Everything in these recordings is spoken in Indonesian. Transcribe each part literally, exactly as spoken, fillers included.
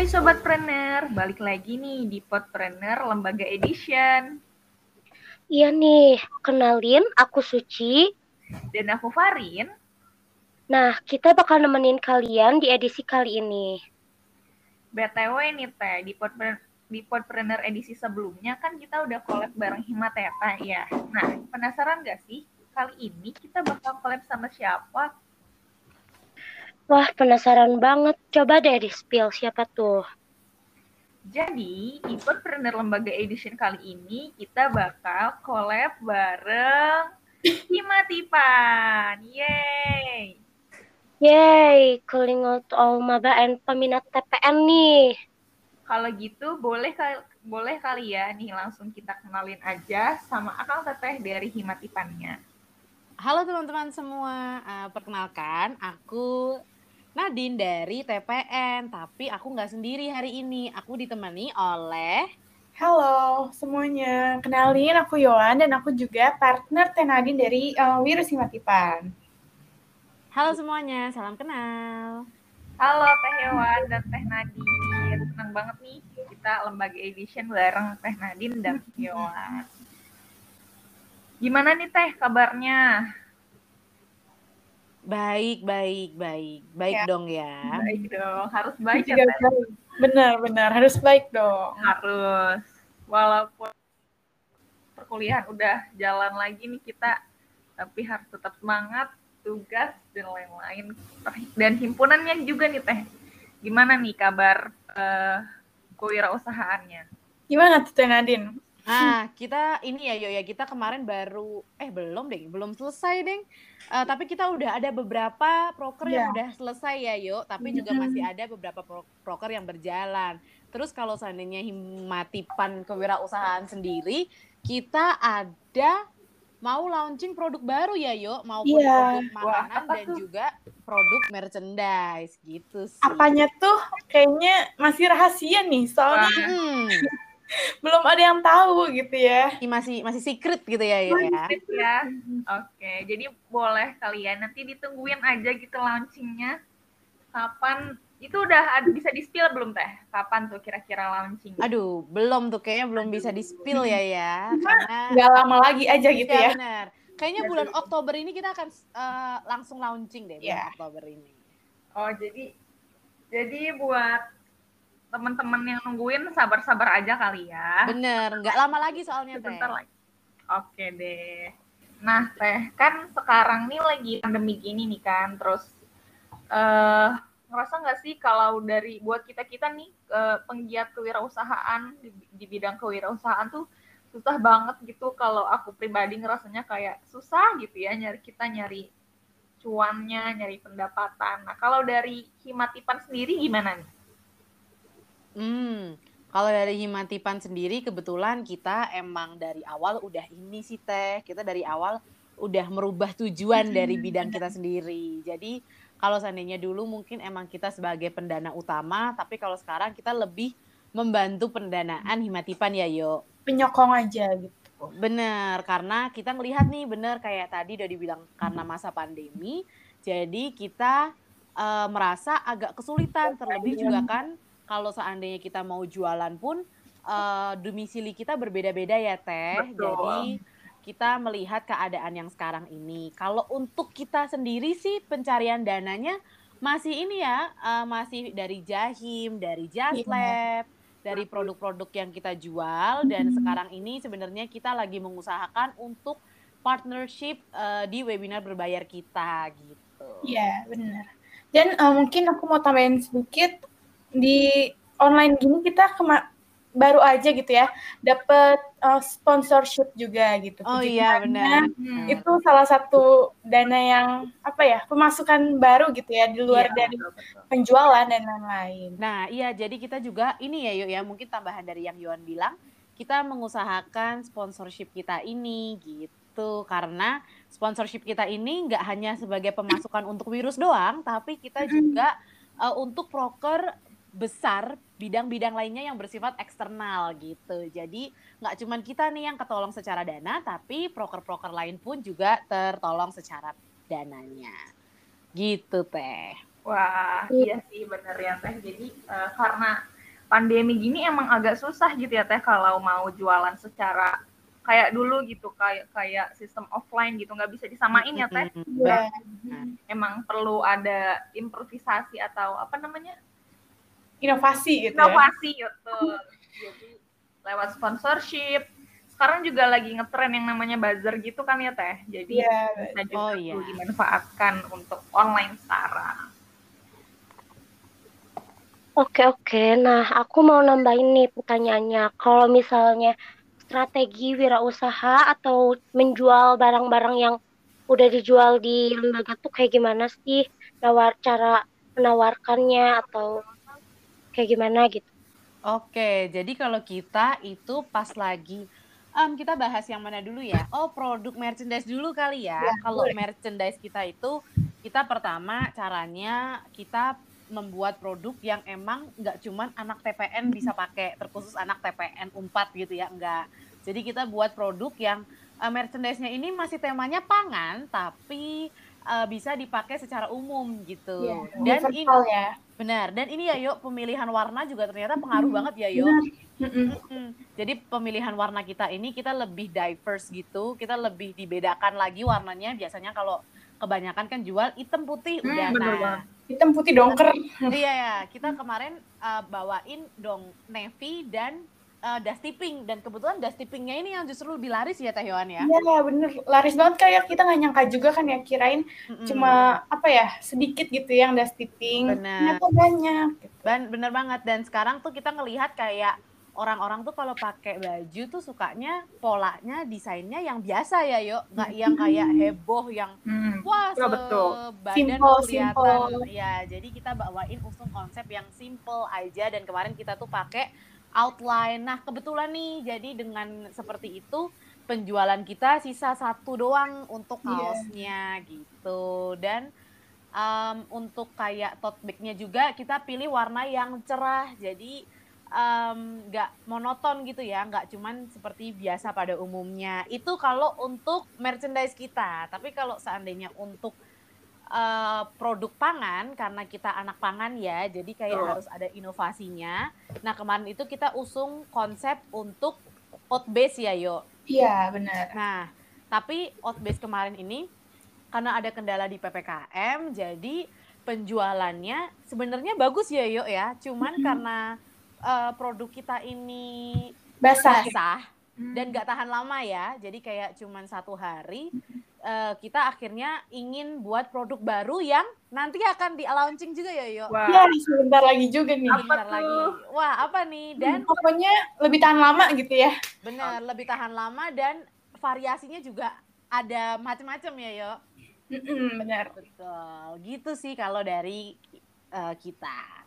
Hai Sobatpreneur, balik lagi nih di Podpreneur Lembaga Edition. Iya nih, kenalin aku Suci. Dan aku Farin. Nah, kita bakal nemenin kalian di edisi kali ini. B T W nih Teh, di Podpreneur, di Podpreneur edisi sebelumnya kan kita udah collab bareng Himateta ya. Nah, penasaran gak sih kali ini kita bakal collab sama siapa? Wah, penasaran banget. Coba deh di-spill siapa tuh. Jadi, di Podpreneur Lembaga Edition kali ini kita bakal collab bareng Himatipan. Yeay! Yeay, calling out all maba and peminat T P N nih. Kalau gitu boleh boleh kali ya nih langsung kita kenalin aja sama Akang Teteh dari Himatipannya. Halo teman-teman semua, uh, perkenalkan aku Nadine dari T P N, tapi aku nggak sendiri hari ini, aku ditemani oleh... Halo semuanya, kenalin aku Yohan dan aku juga partner Teh Nadine dari uh, Wirus Himatipan. Halo semuanya, salam kenal. Halo Teh Yohan dan Teh Nadine, senang banget nih kita Lembaga Edition bareng Teh Nadine dan Yohan. Gimana nih Teh kabarnya? Baik, baik, baik, baik ya. dong ya. Baik dong, harus baik ya Teh. Benar-benar harus baik dong. Harus, walaupun perkuliahan udah jalan lagi nih kita, tapi harus tetap semangat, tugas dan lain-lain. Dan himpunannya juga nih Teh, gimana nih kabar uh, kewirausahaannya? Gimana tuh Teh Nadine? Nah, kita ini ya Yo ya, kita kemarin baru, eh belum deh, belum selesai deh. Uh, tapi kita udah ada beberapa proker yeah. yang udah selesai ya Yo, tapi mm-hmm. juga masih ada beberapa pro- proker yang berjalan. Terus kalau seandainya Himatipan kewirausahaan sendiri, kita ada mau launching produk baru ya Yo, maupun yeah. produk makanan Wah, dan tuh? juga produk merchandise gitu sih. Apanya tuh kayaknya masih rahasia nih, soalnya hmm. belum ada yang tahu gitu ya. Masih masih secret gitu ya Yo ya. ya. Oke, jadi boleh kalian nanti ditungguin aja gitu launchingnya. Kapan? Itu udah bisa di-spill belum Teh? Kapan tuh kira-kira launching? Aduh, belum tuh kayaknya belum bisa di-spill ya ya. Karena nggak lama lagi aja gitu ya. Ya benar. Kayaknya bulan Oktober ini kita akan uh, langsung launching deh bulan yeah. Oktober ini. Oh, jadi jadi buat teman-teman yang nungguin sabar-sabar aja kali ya. Bener, nggak lama lagi soalnya Teh. Bentar lagi. Oke deh. Nah Teh, kan sekarang nih lagi pandemi gini nih kan, terus uh, ngerasa nggak sih kalau dari buat kita-kita nih uh, penggiat kewirausahaan di, di bidang kewirausahaan tuh susah banget gitu. Kalau aku pribadi ngerasanya kayak susah gitu ya nyari kita nyari cuannya, nyari pendapatan. Nah kalau dari Himatipan sendiri gimana nih? Hmm, kalau dari Himatipan sendiri kebetulan kita emang dari awal udah ini sih Teh, kita dari awal udah merubah tujuan dari bidang kita sendiri. Jadi kalau seandainya dulu mungkin emang kita sebagai pendana utama, tapi kalau sekarang kita lebih membantu pendanaan Himatipan ya Yo. Penyokong aja gitu. Bener, karena kita ngelihat nih bener kayak tadi udah dibilang karena masa pandemi, jadi kita uh, merasa agak kesulitan, terlebih juga kan kalau seandainya kita mau jualan pun uh, domisili kita berbeda-beda ya Teh. Betul. Jadi kita melihat keadaan yang sekarang ini. Kalau untuk kita sendiri sih pencarian dananya masih ini ya, uh, masih dari Jahim, dari Just Lab, yeah. dari produk-produk yang kita jual. Dan mm-hmm. sekarang ini sebenarnya kita lagi mengusahakan untuk partnership uh, di webinar berbayar kita gitu. Iya yeah, benar. Dan uh, mungkin aku mau tambahin sedikit. Di online gini kita kema- baru aja gitu ya dapat uh, sponsorship juga gitu. Oh iya benar. Hmm. Itu salah satu dana yang apa ya pemasukan baru gitu ya di luar iya, dari betul. penjualan dan lain-lain. Nah iya jadi kita juga ini ya Yuk ya mungkin tambahan dari yang Yohan bilang kita mengusahakan sponsorship kita ini gitu karena sponsorship kita ini nggak hanya sebagai pemasukan untuk Wirus doang tapi kita juga uh, untuk proker besar bidang-bidang lainnya yang bersifat eksternal gitu. Jadi nggak cuma kita nih yang ketolong secara dana, tapi proker-proker lain pun juga tertolong secara dananya. Gitu Teh. Wah, iya sih bener ya Teh. Jadi uh, karena pandemi gini emang agak susah gitu ya Teh kalau mau jualan secara kayak dulu gitu, kayak kayak sistem offline gitu, nggak bisa disamain ya Teh. Iya. Emang perlu ada improvisasi atau apa namanya? Inovasi gitu ya. Inovasi gitu. Jadi lewat sponsorship. Sekarang juga lagi ngetren yang namanya buzzer gitu kan ya Teh. Jadi Iya. bisa juga Oh, tuh iya. dimanfaatkan untuk online sekarang. Oke, oke. Nah, aku mau nambahin nih pertanyaannya. Kalau misalnya strategi wirausaha atau menjual barang-barang yang udah dijual di lembaga tuh kayak gimana sih? Nawar cara menawarkannya atau kayak gimana gitu? Oke, jadi kalau kita itu pas lagi em, kita bahas yang mana dulu ya? Oh, produk merchandise dulu kali ya. Ya, Kalau boleh. merchandise kita itu, kita pertama caranya kita membuat produk yang emang nggak cuman anak T P N bisa pakai, terkhusus anak T P N Unpad gitu ya, enggak. Jadi kita buat produk yang eh, merchandise-nya ini masih temanya pangan, tapi eh, bisa dipakai secara umum gitu. Iya, Dan ini universal ya. benar, dan ini ya Yuk, pemilihan warna juga ternyata pengaruh banget ya Yuk. Benar. Mm-mm. Mm-mm. Jadi pemilihan warna kita ini kita lebih diverse gitu, kita lebih dibedakan lagi warnanya. Biasanya kalau kebanyakan kan jual hitam putih Hmm, udah. bener Nah, banget. Hitam putih dongker. iya ya, kita kemarin uh, bawain dong navy dan uh, dusty pink, dan kebetulan dusty pinknya ini yang justru lebih laris ya Teh Yohan ya. Iya, bener. Laris banget kayak kita nggak nyangka juga kan ya, kirain Mm-mm. cuma apa ya, sedikit gitu yang dusty pink. Benar. Ternyata banyak. Gitu. Ben- bener banget, dan sekarang tuh kita ngelihat kayak orang-orang tuh kalau pakai baju tuh sukanya polanya, desainnya yang biasa ya Yuk, nggak yang kayak heboh yang Hmm, wah betul, betul. sebadan Simple, kelihatan simple. ya. Jadi kita bawain usung konsep yang simple aja, dan kemarin kita tuh pakai outline. Nah kebetulan nih, jadi dengan seperti itu penjualan kita sisa satu doang untuk Iya. kaosnya gitu. Dan um, untuk kayak tote bag-nya juga kita pilih warna yang cerah, jadi nggak um, monoton gitu ya, nggak cuman seperti biasa pada umumnya. Itu kalau untuk merchandise kita. Tapi kalau seandainya untuk uh, produk pangan, karena kita anak pangan ya, jadi kayak Betul. harus ada inovasinya. Nah kemarin itu kita usung konsep untuk oat base ya Yo. Iya, benar. Nah tapi oat base kemarin ini karena ada kendala di P P K M, jadi penjualannya sebenarnya bagus ya Yo ya. Cuman mm-hmm. karena uh, produk kita ini basah, basah dan nggak tahan lama ya, jadi kayak cuman satu hari, uh, kita akhirnya ingin buat produk baru yang nanti akan di launching juga ya Yo. Iya, sebentar lagi juga nih. Sebentar lagi. Wah apa nih? Dan hmm, pokoknya lebih tahan lama gitu ya. Bener, lebih tahan lama dan variasinya juga ada macam-macam ya Yo. Mm-mm, benar. Betul, gitu sih kalau dari uh, kita.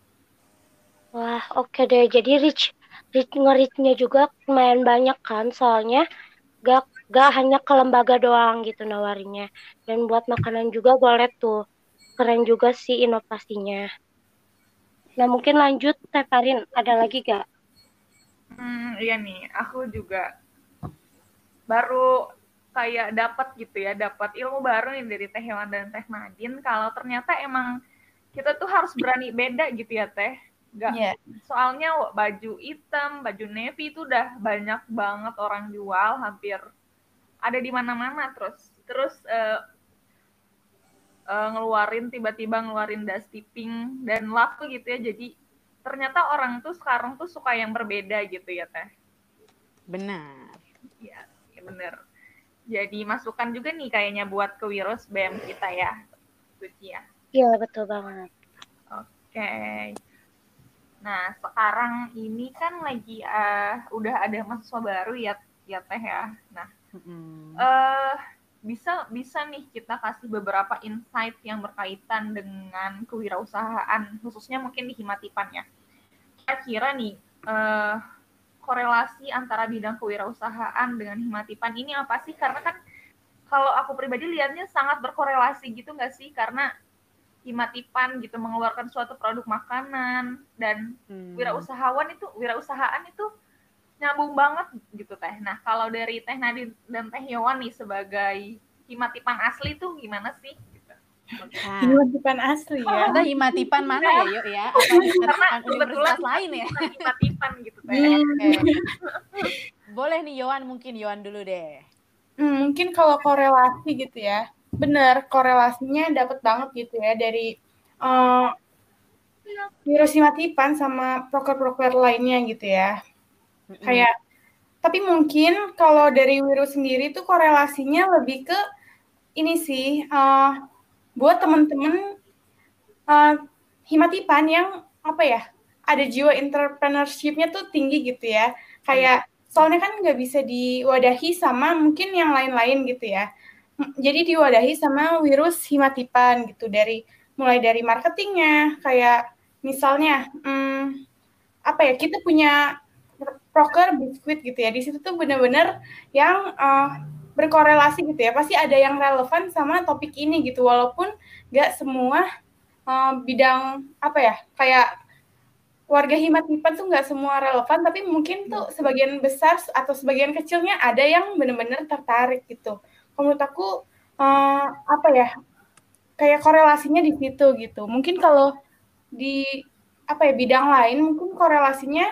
Wah, oke okay deh. Jadi reach, reach nge-reach-nya juga lumayan banyak kan, soalnya gak, gak hanya ke lembaga doang gitu nawarinya. Dan buat makanan juga boleh tuh. Keren juga sih inovasinya. Nah mungkin lanjut, Teh Farin, ada lagi gak? Hmm, iya nih, aku juga baru kayak dapat gitu ya, dapat ilmu baru nih dari Teh Hewan dan Teh Nadine, kalau ternyata emang kita tuh harus berani beda gitu ya Teh. Gak, yeah. Soalnya baju hitam, baju navy itu udah banyak banget orang jual, hampir ada di mana-mana, terus terus uh, uh, ngeluarin tiba-tiba ngeluarin dusty pink dan laku gitu ya. Jadi ternyata orang tuh sekarang tuh suka yang berbeda gitu ya Teh. Benar. Iya, ya benar. Jadi masukan juga nih kayaknya buat Kewirausahaan B M kita ya, Suci ya. Iya betul banget. Oke. Nah sekarang ini kan lagi uh, udah ada mahasiswa baru ya, ya Teh ya. Nah mm-hmm. uh, bisa bisa nih kita kasih beberapa insight yang berkaitan dengan kewirausahaan, khususnya mungkin di Himatipan ya. Kira-kira nih. Uh, korelasi antara bidang kewirausahaan dengan Himatipan ini apa sih? Karena kan kalau aku pribadi lihatnya sangat berkorelasi gitu nggak sih? Karena Himatipan gitu mengeluarkan suatu produk makanan dan hmm. wirausahawan itu, wirausahaan itu nyambung banget gitu Teh. Nah kalau dari Teh Nadine dan Teh Yowan nih sebagai Himatipan asli tuh gimana sih? Gitu. Nah, Himatipan asli ya. kita himatipan mana ya yuk ya? Atau Karena himatipan kebetulan universitas lain ya? kita himatipan gitu teh. Hmm, Oke. Boleh nih Yohan, mungkin Yohan dulu deh. hmm, mungkin kalau korelasi gitu ya, benar korelasinya dapat banget gitu ya dari eh, virus himatipan sama proker-proker lainnya gitu ya. Mm-mm. Kayak, tapi mungkin kalau dari virus sendiri tuh korelasinya lebih ke ini sih, eh, buat teman-teman eh, himatipan yang apa ya, ada jiwa entrepreneurship-nya tuh tinggi gitu ya. Kayak soalnya kan nggak bisa diwadahi sama mungkin yang lain-lain gitu ya. M- Jadi diwadahi sama virus himatipan gitu, dari mulai dari marketingnya, kayak misalnya hmm, apa ya, kita punya proker biskuit gitu ya. Di situ tuh benar-benar yang eh, berkorelasi gitu ya. Pasti ada yang relevan sama topik ini gitu, walaupun nggak semua eh, bidang apa ya, kayak warga himatipan tuh nggak semua relevan, tapi mungkin tuh sebagian besar atau sebagian kecilnya ada yang benar-benar tertarik gitu. Kalau menurut aku eh, apa ya, kayak korelasinya di situ gitu. Mungkin kalau di apa ya, bidang lain mungkin korelasinya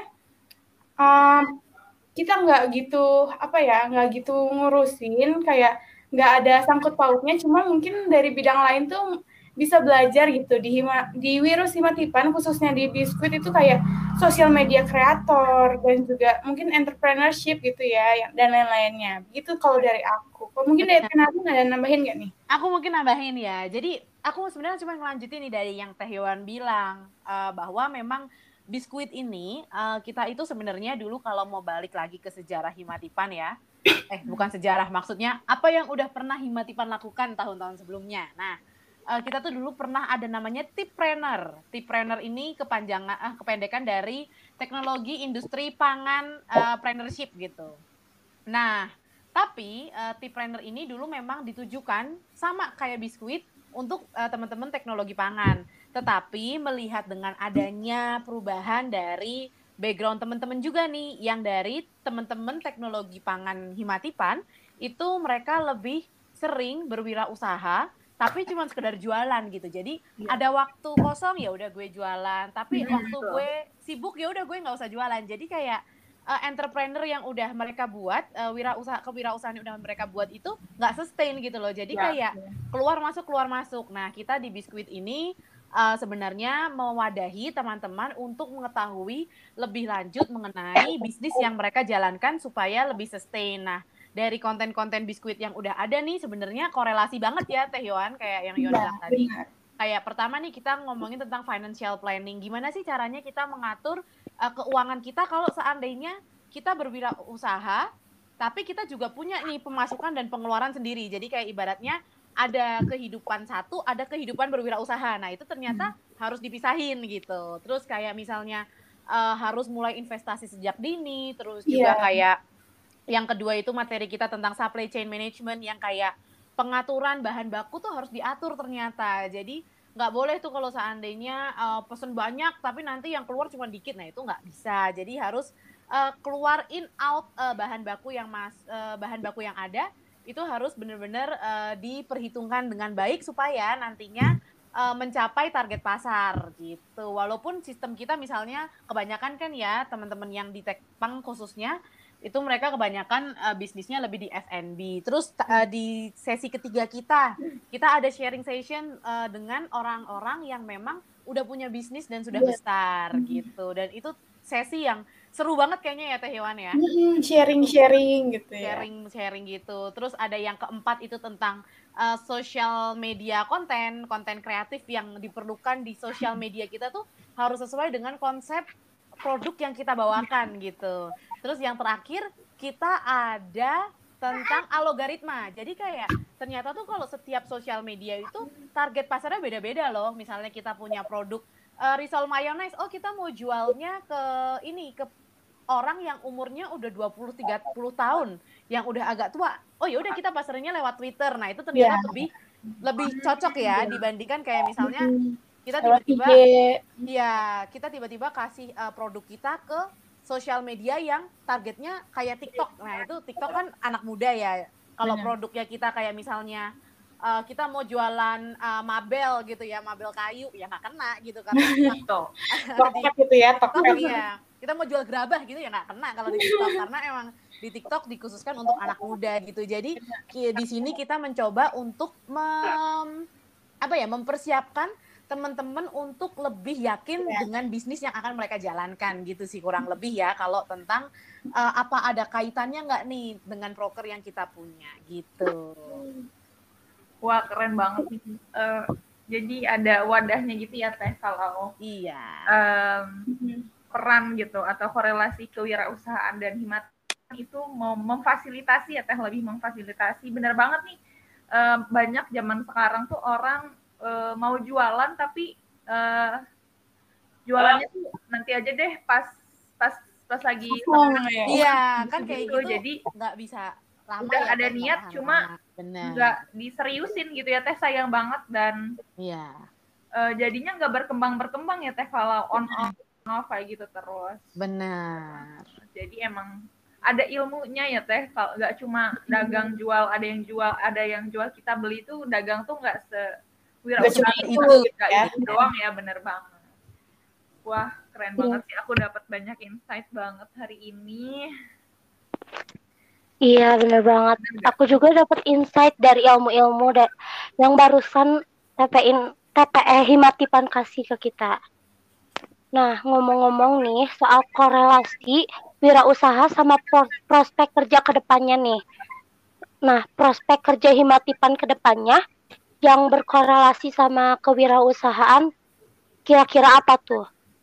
eh, kita nggak gitu apa ya, nggak gitu ngurusin, kayak nggak ada sangkut pautnya, cuma mungkin dari bidang lain tuh bisa belajar gitu di hima, di Wirus Himatipan khususnya di biskuit itu kayak sosial media kreator dan juga mungkin entrepreneurship gitu ya, yang- dan lain-lainnya. Gitu kalau dari aku. Kalau mungkin dari Nadine ada nambahin nggak nih? Aku mungkin nambahin ya. Jadi aku sebenarnya cuma ngelanjutin nih dari yang Teh Yohan bilang uh, bahwa memang biskuit ini uh, kita itu sebenarnya dulu kalau mau balik lagi ke sejarah Himatipan ya. Eh bukan sejarah, maksudnya apa yang udah pernah Himatipan lakukan tahun-tahun sebelumnya. Nah, uh, kita tuh dulu pernah ada namanya Tipreneur. Tipreneur ini kepanjangan ah, kependekan dari teknologi industri pangan uh, preneurship gitu. Nah, tapi uh, Tipreneur ini dulu memang ditujukan sama kayak biskuit untuk uh, teman-teman teknologi pangan. Tetapi melihat dengan adanya perubahan dari background teman-teman juga nih, yang dari teman-teman teknologi pangan Himatipan, itu mereka lebih sering berwirausaha, tapi cuma sekedar jualan gitu. Jadi ya, ada waktu kosong ya udah gue jualan, tapi hmm, waktu betul. Gue sibuk ya udah gue nggak usah jualan. Jadi kayak uh, entrepreneur yang udah mereka buat, uh, wirausaha kewirausahaan yang udah mereka buat itu nggak sustain gitu loh. Jadi ya, kayak ya. keluar masuk keluar masuk. Nah, kita di biskuit ini uh, sebenarnya mewadahi teman-teman untuk mengetahui lebih lanjut mengenai bisnis yang mereka jalankan supaya lebih sustain. Nah, dari konten-konten biskuit yang udah ada nih sebenarnya korelasi banget ya Teh Yohan, kayak yang Yohan ya, bilang tadi. Benar. Kayak pertama nih kita ngomongin tentang financial planning. Gimana sih caranya kita mengatur uh, keuangan kita kalau seandainya kita berwirausaha, tapi kita juga punya nih pemasukan dan pengeluaran sendiri. Jadi kayak ibaratnya ada kehidupan satu, ada kehidupan berwirausaha. Nah itu ternyata hmm. harus dipisahin gitu. Terus kayak misalnya uh, harus mulai investasi sejak dini, terus juga yeah. kayak yang kedua itu materi kita tentang supply chain management yang kayak pengaturan bahan baku tuh harus diatur ternyata. Jadi nggak boleh tuh kalau seandainya uh, pesen banyak tapi nanti yang keluar cuma dikit. Nah itu nggak bisa. Jadi harus uh, keluar in out uh, bahan baku yang mas uh, bahan baku yang ada itu harus benar-benar uh, diperhitungkan dengan baik supaya nantinya uh, mencapai target pasar gitu. Walaupun sistem kita misalnya kebanyakan kan ya teman-teman yang di Tekpang khususnya itu mereka kebanyakan uh, bisnisnya lebih di F and B. Terus uh, di sesi ketiga kita, kita ada sharing session uh, dengan orang-orang yang memang udah punya bisnis dan sudah besar gitu. Dan itu sesi yang seru banget kayaknya ya Teh Yohan ya. Sharing-sharing gitu ya. Sharing-sharing gitu. Terus ada yang keempat itu tentang uh, social media konten, konten kreatif yang diperlukan di social media kita tuh harus sesuai dengan konsep produk yang kita bawakan gitu. Terus yang terakhir kita ada tentang algoritma. Jadi kayak ternyata tuh kalau setiap sosial media itu target pasarnya beda-beda loh. Misalnya kita punya produk uh, risol mayonnaise, oh kita mau jualnya ke ini ke orang yang umurnya udah dua puluh tiga puluh tahun, yang udah agak tua. Oh ya udah kita pasarnya lewat Twitter. Nah, itu ternyata yeah. lebih lebih cocok ya dibandingkan kayak misalnya kita tiba-tiba ya kita tiba-tiba kasih uh, produk kita ke sosial media yang targetnya kayak TikTok. Nah itu TikTok kan anak muda ya. Kalau produknya kita kayak misalnya uh, kita mau jualan uh, mabel gitu ya, mabel kayu, ya nggak kena gitu karena Gitu. di Tokped gitu ya, TikTok tokped. iya. Kita mau jual gerabah gitu ya nggak kena kalau di TikTok karena emang di TikTok dikhususkan untuk anak muda gitu. Jadi ki- di sini kita mencoba untuk mem, apa ya mempersiapkan teman-teman untuk lebih yakin Ya. dengan bisnis yang akan mereka jalankan gitu sih kurang lebih ya kalau tentang uh, apa ada kaitannya nggak nih dengan proker yang kita punya gitu. Wah, keren banget nih. Eh, jadi ada wadahnya gitu ya Teh kalau Iya. em, peran gitu atau korelasi kewirausahaan dan himatan itu mau memfasilitasi ya Teh, lebih memfasilitasi. Bener banget nih. Em, banyak zaman sekarang tuh orang eh, mau jualan tapi eh, jualannya tuh nanti aja deh pas pas pas lagi Oh, ya. Iya, kan kayak gitu. gitu Jadi nggak bisa lama udah ya, ada Teh, nggak niat tahan cuma lama. Benar. nggak diseriusin gitu ya Teh, sayang banget. Dan Iya. eh, jadinya nggak berkembang berkembang ya Teh kalau on off on off kayak gitu terus. Benar. Jadi emang ada ilmunya ya Teh, kalau nggak cuma dagang jual, ada yang jual, ada yang jual kita beli itu dagang tuh nggak se Nggak cuma wirausaha itu, nggak ya. itu doang ya, bener banget. Wah, keren banget sih, aku dapat banyak insight banget hari ini. Iya, bener banget. Bener nggak? Aku juga dapat insight dari ilmu-ilmu da- yang barusan T P I N, T P E Himatipan kasih ke kita. Nah, ngomong-ngomong nih soal korelasi wirausaha sama pro- prospek kerja ke depannya nih. Nah, prospek kerja Himatipan ke depannya yang berkorelasi sama kewirausahaan kira-kira apa tuh?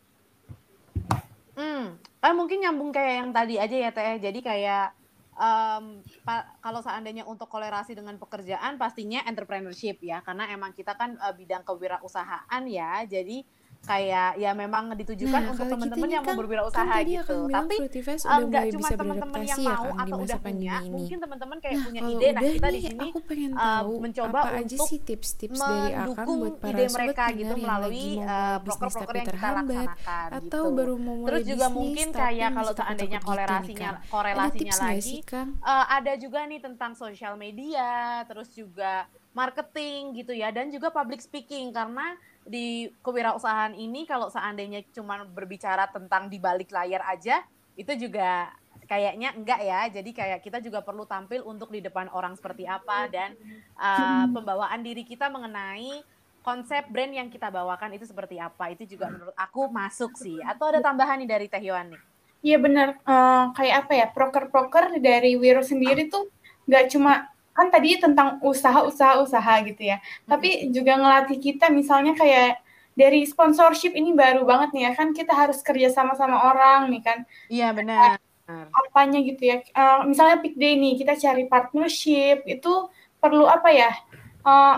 Hmm, eh, mungkin nyambung kayak yang tadi aja ya Teh. Jadi kayak um, pa- kalau seandainya untuk kolerasi dengan pekerjaan pastinya entrepreneurship ya, karena emang kita kan uh, bidang kewirausahaan ya. Jadi kayak ya memang ditujukan Nah, untuk kalau kita teman-teman nih yang mau kan, berwirausaha kan tadi gitu. Akang bilang Tapi Fruitifast um, udah nggak mulai cuma bisa teman-teman yang beradaptasi ya mau Kang di atau masa udah pandemi punya, ini. mungkin teman-teman kayak Nah, punya kalau ide. Nah, udah kita di nih, sini aku pengen uh, tahu mencoba apa aja untuk sih tips-tips dari Akang mendukung buat para ide sobat mereka gitu pendengar yang lagi melalui mau uh, mulai bisnis proker-proker tapi yang kita terhambat laksanakan atau gitu. baru mau mulai Terus juga bisnis mungkin tapi kayak kalau masih seandainya takut-takut gitu nih kolerasinya Kang. Ada korelasinya tips nggak lagi sih Kang? uh, ada juga nih tentang sosial media, terus juga marketing gitu ya, dan juga public speaking karena di kewirausahaan ini kalau seandainya cuma berbicara tentang di balik layar aja itu juga kayaknya enggak ya. Jadi kayak kita juga perlu tampil untuk di depan orang seperti apa dan uh, pembawaan diri kita mengenai konsep brand yang kita bawakan itu seperti apa. Itu juga menurut aku masuk sih. Atau ada tambahan nih dari Teh Yohan nih? Iya benar. Eh, kayak apa ya, proker-proker dari Wiro sendiri tuh nggak cuma, kan tadi tentang usaha-usaha-usaha gitu ya, tapi juga ngelatih kita misalnya kayak dari sponsorship ini baru banget nih ya, kan kita harus kerja sama-sama orang nih kan, Iya benar. apanya gitu ya. Eh, misalnya Pick Day nih, kita cari partnership, itu perlu apa ya, eh,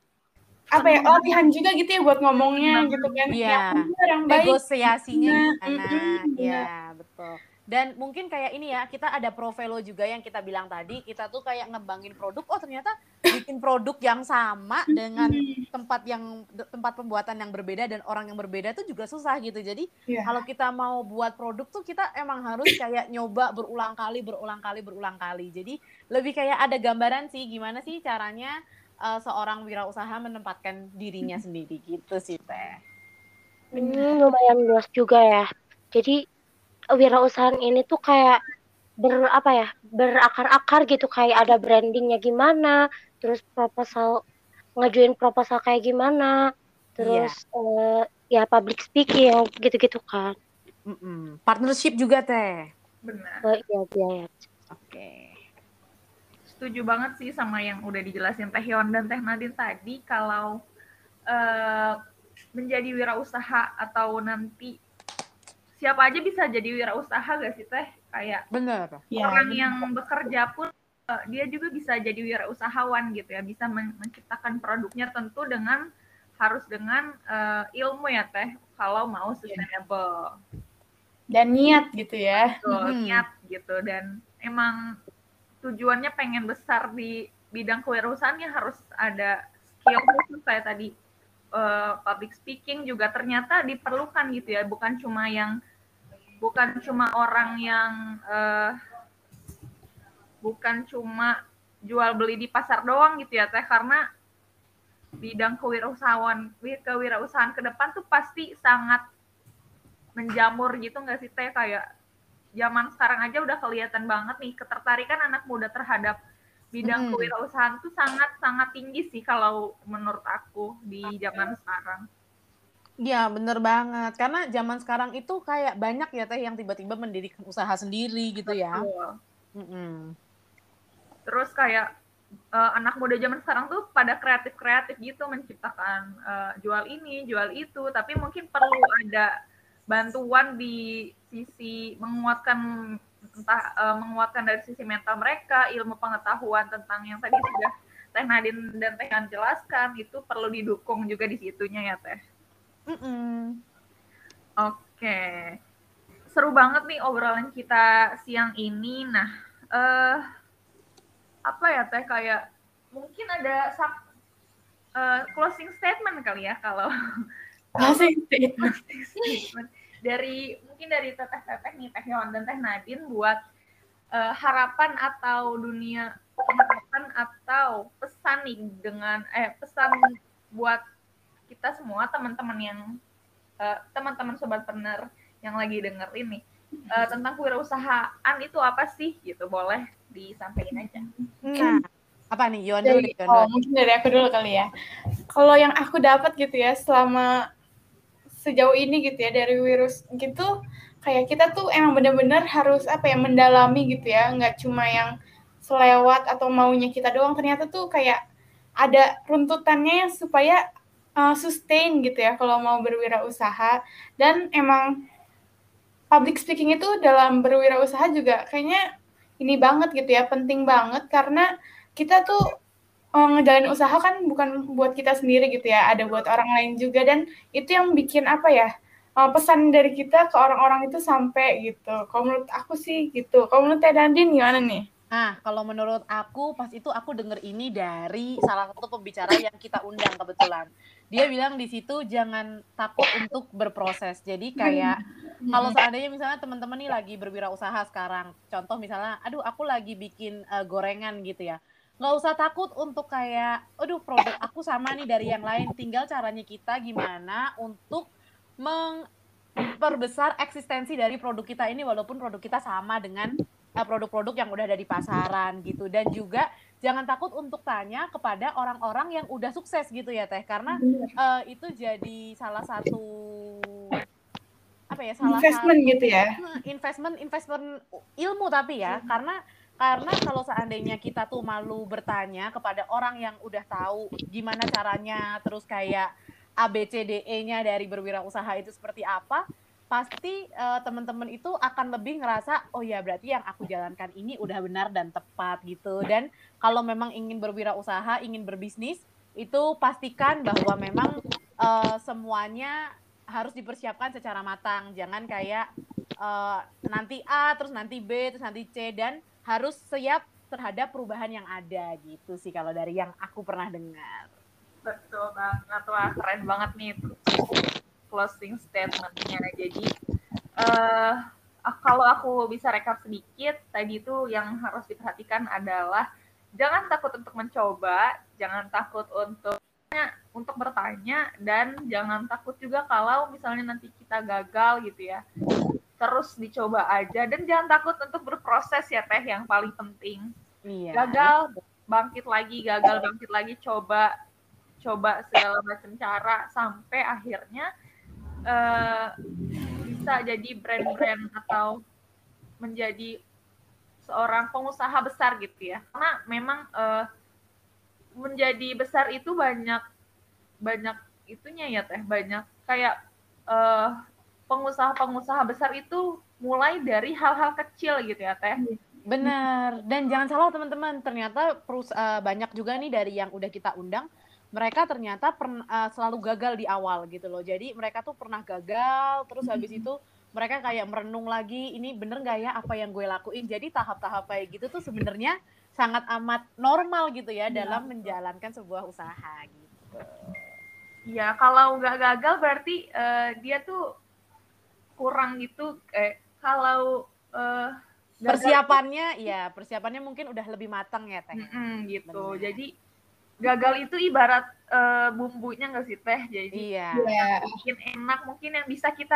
apa ya, latihan juga gitu ya buat ngomongnya gitu kan, Iya, yang benar, yang baik. negosiasinya Nah, gimana? mm-mm, benar. Iya, betul. Dan mungkin kayak ini ya, kita ada Profelo juga yang kita bilang tadi, kita tuh kayak ngembangin produk, oh ternyata bikin produk yang sama dengan tempat yang tempat pembuatan yang berbeda dan orang yang berbeda tuh juga susah gitu. Jadi Iya. kalau kita mau buat produk tuh kita emang harus kayak nyoba berulang kali, berulang kali, berulang kali. Jadi lebih kayak ada gambaran sih gimana sih caranya uh, seorang wirausaha menempatkan dirinya sendiri gitu sih Teh. Hmm, lumayan luas juga ya. Jadi wirausahaan ini tuh kayak ber apa ya berakar-akar gitu, kayak ada brandingnya gimana, terus proposal ngajuin proposal kayak gimana, terus eh, ya public speaking gitu-gitu kan. Mm-mm. Partnership juga Teh. Benar. Oh, iya, iya, iya. Oke. Setuju banget sih sama yang udah dijelasin Teh Yon dan Teh Nadine tadi, kalau uh, menjadi wirausaha atau nanti siapa aja bisa jadi wirausaha gak sih Teh? Kayak bener. Orang ya, yang bekerja pun uh, dia juga bisa jadi wirausahawan gitu ya, bisa men- menciptakan produknya tentu dengan harus dengan uh, ilmu ya Teh, kalau mau sustainable. Dan niat gitu ya. Betul, hmm. niat gitu, dan emang tujuannya pengen besar di bidang kewirausahaan ya harus ada skill khusus kayak tadi uh, public speaking juga ternyata diperlukan gitu ya, bukan cuma yang bukan cuma orang yang uh, bukan cuma jual beli di pasar doang gitu ya Teh, karena bidang kewirausahaan kewirausahaan ke depan tuh pasti sangat menjamur gitu nggak sih Teh? Kayak zaman sekarang aja udah kelihatan banget nih ketertarikan anak muda terhadap bidang Mm-mm. kewirausahaan tuh sangat-sangat tinggi sih kalau menurut aku di zaman sekarang. Iya, bener banget. Karena zaman sekarang itu kayak banyak ya Teh yang tiba-tiba mendirikan usaha sendiri gitu ya. Betul. Mm-mm. Terus kayak uh, anak muda zaman sekarang tuh pada kreatif-kreatif gitu menciptakan uh, jual ini, jual itu, tapi mungkin perlu ada bantuan di sisi menguatkan entah uh, menguatkan dari sisi mental mereka, ilmu pengetahuan tentang yang tadi sudah Teh Nadine dan Teh Han jelaskan itu perlu didukung juga di situnya ya Teh. Mm-mm. Oke, seru banget nih obrolan kita siang ini. Nah, uh, apa ya Teh kayak mungkin ada uh, closing statement kali ya kalau Closing statement. statement dari mungkin dari teteh-teteh nih Teh Yon dan Teh Nadine buat uh, harapan atau dunia harapan atau pesan nih dengan eh pesan buat kita semua teman-teman yang uh, teman-teman sobat partner yang lagi denger ini uh, tentang kewirausahaan itu apa sih gitu, boleh disampaikan aja. Nah, apa nih Yon dulu Dari, deh, Yon oh, dulu. mungkin dari aku dulu kali ya. Kalau yang aku dapat gitu ya selama sejauh ini gitu ya dari virus gitu, kayak kita tuh emang benar-benar harus apa ya mendalami gitu ya, nggak cuma yang selewat atau maunya kita doang. Ternyata tuh kayak ada runtutannya yang supaya uh, sustain gitu ya kalau mau berwirausaha. Dan emang public speaking itu dalam berwirausaha juga kayaknya ini banget gitu ya, penting banget karena kita tuh oh, ngejalanin usaha kan bukan buat kita sendiri gitu ya, ada buat orang lain juga, dan itu yang bikin apa ya, uh, pesan dari kita ke orang-orang itu sampai gitu. Kalau menurut aku sih gitu. Kalau menurut Teh Nadine gimana nih? Nah, kalau menurut aku, pas itu aku denger ini dari salah satu pembicara yang kita undang kebetulan. Dia bilang di situ jangan takut untuk berproses. Jadi kayak kalau seandainya misalnya teman-teman nih lagi berwirausaha sekarang, contoh misalnya, aduh aku lagi bikin uh, gorengan gitu ya. Nggak usah takut untuk kayak, aduh produk aku sama nih dari yang lain. Tinggal caranya kita gimana untuk memperbesar eksistensi dari produk kita ini walaupun produk kita sama dengan produk-produk yang udah ada di pasaran gitu. Dan juga jangan takut untuk tanya kepada orang-orang yang udah sukses gitu ya Teh, karena uh, itu jadi salah satu apa ya salah investment satu gitu ya, investment investment ilmu tapi ya, karena karena kalau seandainya kita tuh malu bertanya kepada orang yang udah tahu gimana caranya, terus kayak A B C D E-nya dari berwirausaha itu seperti apa, pasti uh, teman-teman itu akan lebih ngerasa, oh ya berarti yang aku jalankan ini udah benar dan tepat gitu. Dan kalau memang ingin berwirausaha, ingin berbisnis, itu pastikan bahwa memang uh, semuanya harus dipersiapkan secara matang. Jangan kayak uh, nanti A, terus nanti B, terus nanti C, dan harus siap terhadap perubahan yang ada gitu sih kalau dari yang aku pernah dengar. Betul banget, wah keren banget nih itu closing statement-nya. Jadi uh, kalau aku bisa rekap sedikit, tadi itu yang harus diperhatikan adalah jangan takut untuk mencoba, jangan takut untuk untuk bertanya, dan jangan takut juga kalau misalnya nanti kita gagal gitu ya. Terus dicoba aja, dan jangan takut untuk berproses ya Teh, yang paling penting. Iya. Gagal, bangkit lagi, gagal, bangkit lagi, coba coba segala macam cara sampai akhirnya Uh, bisa jadi brand-brand atau menjadi seorang pengusaha besar gitu ya. Karena memang uh, menjadi besar itu banyak banyak itunya ya Teh, banyak kayak uh, pengusaha-pengusaha besar itu mulai dari hal-hal kecil gitu ya Teh. Benar, dan jangan salah teman-teman, ternyata perus- uh, banyak juga nih dari yang udah kita undang, mereka ternyata pern, uh, selalu gagal di awal gitu loh. Jadi mereka tuh pernah gagal, terus habis itu mereka kayak merenung lagi, ini bener nggak ya apa yang gue lakuin. Jadi tahap-tahap kayak gitu tuh sebenarnya sangat amat normal gitu ya, ya dalam menjalankan sebuah usaha gitu. Iya, kalau nggak gagal berarti uh, dia tuh kurang gitu. Eh, kalau uh, persiapannya, itu, ya persiapannya mungkin udah lebih matang ya Teh. Mm-mm, gitu. Bener. Jadi gagal itu ibarat uh, bumbunya nggak sih Teh? Jadi Iya. Iya. mungkin enak, mungkin yang bisa kita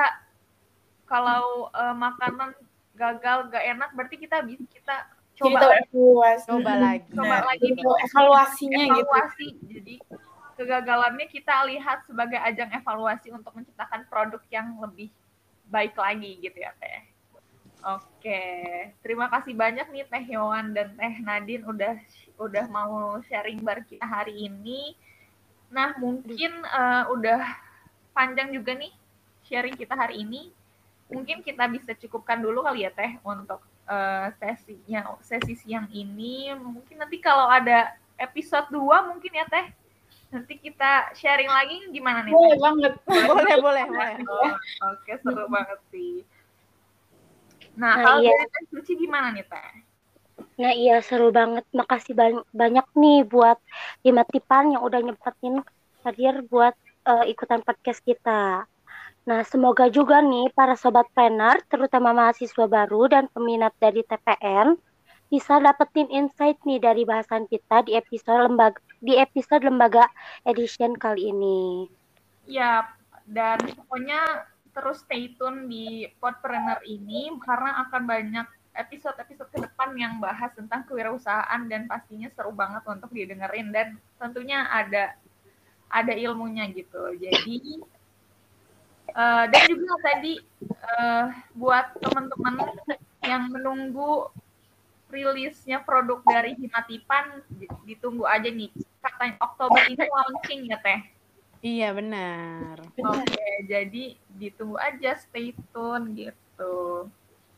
kalau uh, makanan gagal gak enak berarti kita bisa kita Jadi coba tahu lagi, evaluasi. Coba Mm-mm. lagi. coba Nah, lagi jadi nih. tahu evaluasinya gitu. Evaluasi. Jadi kegagalannya kita lihat sebagai ajang evaluasi untuk menciptakan produk yang lebih baik lagi gitu ya Teh. Oke, terima kasih banyak nih Teh Yohan dan Teh Nadine udah udah mau sharing bareng kita hari ini. Nah mungkin uh, udah panjang juga nih sharing kita hari ini. Mungkin kita bisa cukupkan dulu kali ya Teh untuk uh, sesinya sesi siang ini. Mungkin nanti kalau ada episode dua mungkin ya Teh. Nanti kita sharing lagi gimana nih Teh? Boleh banget. Boleh, boleh, boleh. Oh, Oke, seru banget sih. Nah, Nah, kalau iya. dari Teh Suci gimana nih Teh? Nah iya seru banget. Makasih ban- banyak nih buat Himatipan yang udah nyempetin hadir buat uh, ikutan podcast kita. Nah semoga juga nih para sobat planner, terutama mahasiswa baru dan peminat dari T P N bisa dapetin insight nih dari bahasan kita di episode lembaga di episode lembaga edition kali ini. Ya, dan pokoknya terus stay tune di Podpreneur ini karena akan banyak episode-episode ke depan yang bahas tentang kewirausahaan dan pastinya seru banget untuk didengerin dan tentunya ada ada ilmunya gitu. Jadi uh, dan juga tadi uh, buat teman-teman yang menunggu rilisnya produk dari Himatipan, ditunggu aja nih. Katanya Oktober ini launching ya Teh. Iya benar. Oke, okay, jadi ditunggu aja, stay tune gitu.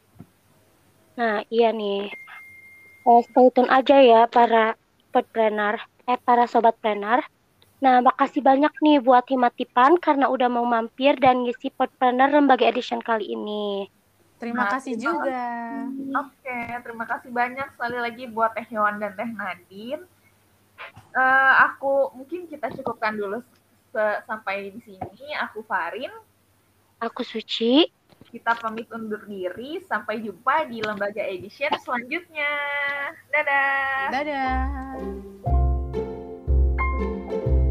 Nah iya nih, eh, stay tune aja ya para podpreneur, eh para sobat planner. Nah makasih banyak nih buat Himatipan karena udah mau mampir dan ngisi podpreneur lembaga edition kali ini. Terima Nah, kasih terima juga. Oke, okay, terima kasih banyak sekali lagi buat Teh Yohan dan Teh Nadine. Uh, aku mungkin kita cukupkan dulu sampai di sini. Aku Farin. Aku Suci. Kita pamit undur diri. Sampai jumpa di Lembaga Edition selanjutnya. Dadah. Dadah.